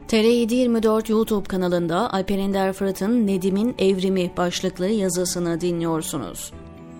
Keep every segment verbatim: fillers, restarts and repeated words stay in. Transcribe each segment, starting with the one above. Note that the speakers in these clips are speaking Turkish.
T R yedi yirmi dört YouTube kanalında Alper Ender Fırat'ın Nedim'in Evrimi başlıklı yazısını dinliyorsunuz.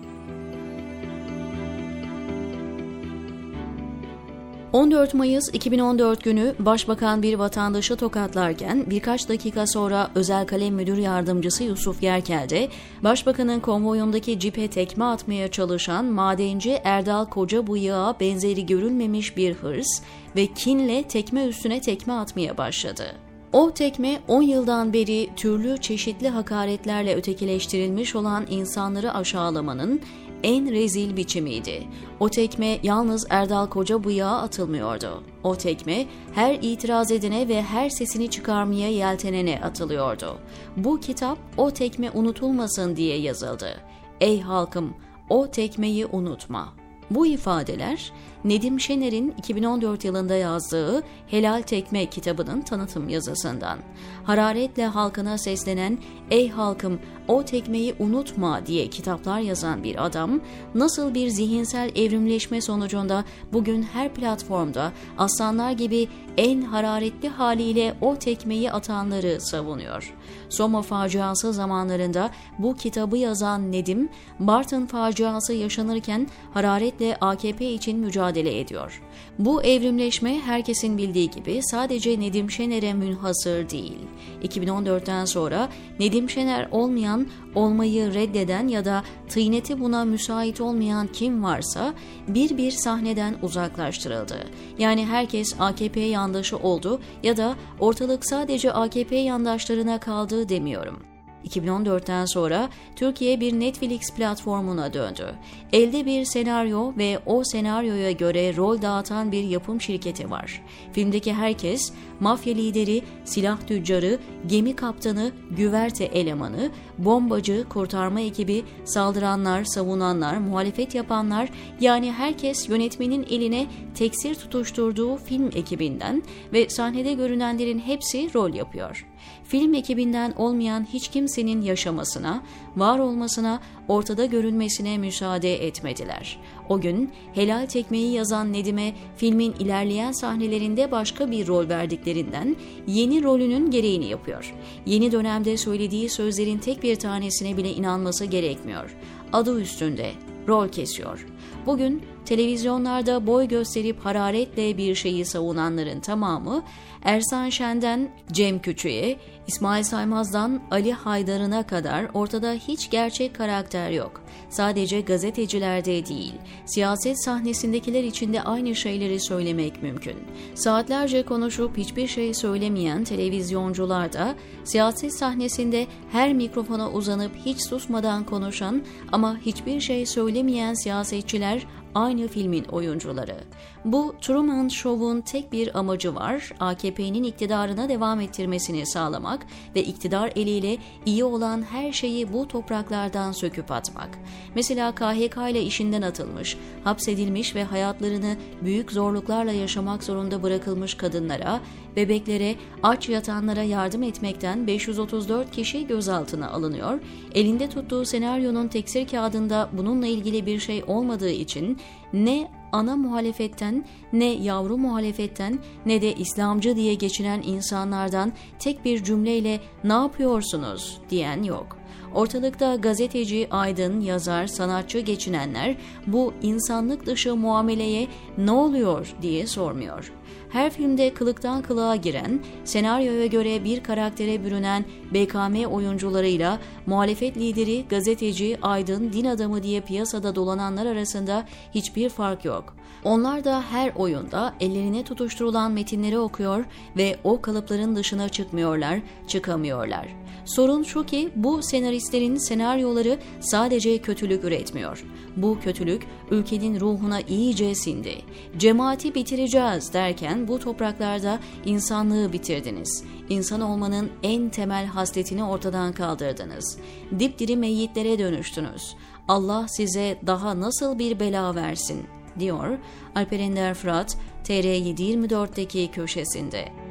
on dört Mayıs iki bin on dört günü Başbakan bir vatandaşı tokatlarken birkaç dakika sonra Özel Kalem Müdür Yardımcısı Yusuf Yerkel de Başbakanın konvoyundaki cipe tekme atmaya çalışan madenci Erdal Kocabıyık'a benzeri görülmemiş bir hırs ve kinle tekme üstüne tekme atmaya başladı. O tekme on yıldan beri türlü çeşitli hakaretlerle ötekileştirilmiş olan insanları aşağılamanın en rezil biçimiydi. O tekme yalnız Erdal Kocabıyık'a atılmıyordu. O tekme her itiraz edene ve her sesini çıkarmaya yeltenene atılıyordu. Bu kitap o tekme unutulmasın diye yazıldı. Ey halkım, o tekmeyi unutma. Bu ifadeler Nedim Şener'in iki bin on dört yılında yazdığı Helal Tekme kitabının tanıtım yazısından. Hararetle halkına seslenen "Ey halkım, o tekmeyi unutma" diye kitaplar yazan bir adam, nasıl bir zihinsel evrimleşme sonucunda bugün her platformda aslanlar gibi en hararetli haliyle o tekmeyi atanları savunuyor. Soma faciası zamanlarında bu kitabı yazan Nedim, Bartın faciası yaşanırken hararetle A K P için mücadele ediyor. Bu evrimleşme herkesin bildiği gibi sadece Nedim Şener'e münhasır değil. iki bin on dörtten sonra Nedim Şener olmayan, olmayı reddeden ya da tıyneti buna müsait olmayan kim varsa bir bir sahneden uzaklaştırıldı. Yani herkes A K P yandaşı oldu ya da ortalık sadece A K P yandaşlarına kaldı demiyorum. iki bin on dörtten sonra Türkiye bir Netflix platformuna döndü. Elde bir senaryo ve o senaryoya göre rol dağıtan bir yapım şirketi var. Filmdeki herkes, mafya lideri, silah tüccarı, gemi kaptanı, güverte elemanı, bombacı, kurtarma ekibi, saldıranlar, savunanlar, muhalefet yapanlar, yani herkes yönetmenin eline teksir tutuşturduğu film ekibinden ve sahnede görünenlerin hepsi rol yapıyor. Film ekibinden olmayan hiç kimsenin yaşamasına, var olmasına, ortada görünmesine müsaade etmediler. O gün Helal Tekmeyi yazan Nedim'e filmin ilerleyen sahnelerinde başka bir rol verdiklerinden yeni rolünün gereğini yapıyor. Yeni dönemde söylediği sözlerin tek bir tanesine bile inanması gerekmiyor. Adı üstünde, rol kesiyor. Bugün televizyonlarda boy gösterip hararetle bir şeyi savunanların tamamı, Ersan Şen'den Cem Küçük'e, İsmail Saymaz'dan Ali Haydar'ına kadar ortada hiç gerçek karakter yok. Sadece gazetecilerde değil, siyaset sahnesindekiler için de aynı şeyleri söylemek mümkün. Saatlerce konuşup hiçbir şey söylemeyen televizyoncular da, siyaset sahnesinde her mikrofona uzanıp hiç susmadan konuşan ama hiçbir şey söylemeyen siyasetçiler aynı filmin oyuncuları. Bu Truman Show'un tek bir amacı var, A K P'nin iktidarına devam ettirmesini sağlamak ve iktidar eliyle iyi olan her şeyi bu topraklardan söküp atmak. Mesela K H K ile işinden atılmış, hapsedilmiş ve hayatlarını büyük zorluklarla yaşamak zorunda bırakılmış kadınlara, bebeklere, aç yatanlara yardım etmekten beş yüz otuz dört kişi gözaltına alınıyor. Elinde tuttuğu senaryonun teksir kağıdında bununla ilgili bir şey olmadığı için ne ana muhalefetten, ne yavru muhalefetten, ne de İslamcı diye geçinen insanlardan tek bir cümleyle "ne yapıyorsunuz?" diyen yok. Ortalıkta gazeteci, aydın, yazar, sanatçı geçinenler bu insanlık dışı muameleye "ne oluyor?" diye sormuyor. Her filmde kılıktan kılığa giren, senaryoya göre bir karaktere bürünen B K M oyuncularıyla muhalefet lideri, gazeteci, aydın, din adamı diye piyasada dolananlar arasında hiçbir fark yok. Onlar da her oyunda ellerine tutuşturulan metinleri okuyor ve o kalıpların dışına çıkmıyorlar, çıkamıyorlar. Sorun şu ki bu senaristlerin senaryoları sadece kötülük üretmiyor. Bu kötülük ülkenin ruhuna iyice sindi. Cemaati bitireceğiz derken bu topraklarda insanlığı bitirdiniz. İnsan olmanın en temel hasletini ortadan kaldırdınız. Dipdiri meyyitlere dönüştünüz. Allah size daha nasıl bir bela versin, diyor Alper Ender Fırat T R yedi yirmi dörtteki köşesinde.